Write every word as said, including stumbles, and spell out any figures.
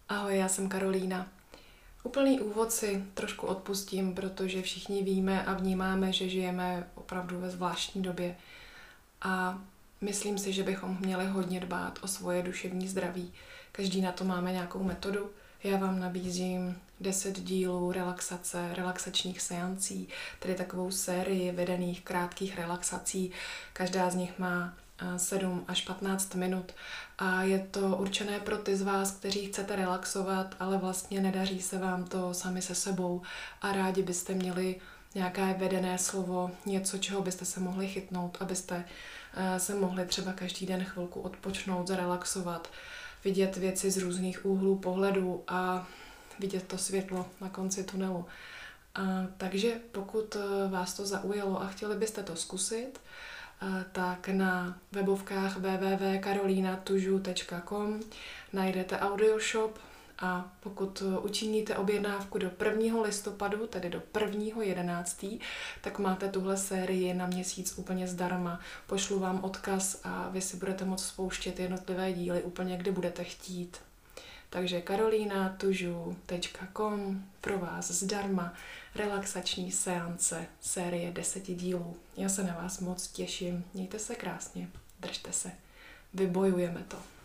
Ahoj, já jsem Karolína. Úplný úvod si trošku odpustím, protože všichni víme a vnímáme, že žijeme opravdu ve zvláštní době. A myslím si, že bychom měli hodně dbát o svoje duševní zdraví. Každý na to máme nějakou metodu. Já vám nabízím deset dílů relaxace, relaxačních seancí, tedy takovou sérii vedených krátkých relaxací. Každá z nich má sedm až patnáct minut a je to určené pro ty z vás, kteří chcete relaxovat, ale vlastně nedaří se vám to sami se sebou a rádi byste měli nějaké vedené slovo, něco, čeho byste se mohli chytnout, abyste se mohli třeba každý den chvilku odpočnout, zrelaxovat, vidět věci z různých úhlů pohledu a vidět to světlo na konci tunelu. A, takže pokud vás to zaujalo a chtěli byste to zkusit, tak na webovkách w w w tečka karolina tužu tečka com najdete audioshop a pokud učiníte objednávku do prvního listopadu, tedy do prvního jedenáctého tak máte tuhle sérii na měsíc úplně zdarma. Pošlu vám odkaz a vy si budete moct spouštět jednotlivé díly úplně, kdy budete chtít. Takže karolina tužu tečka com pro vás zdarma relaxační seance série deseti dílů. Já se na vás moc těším. Mějte se krásně, držte se. Vybojujeme to.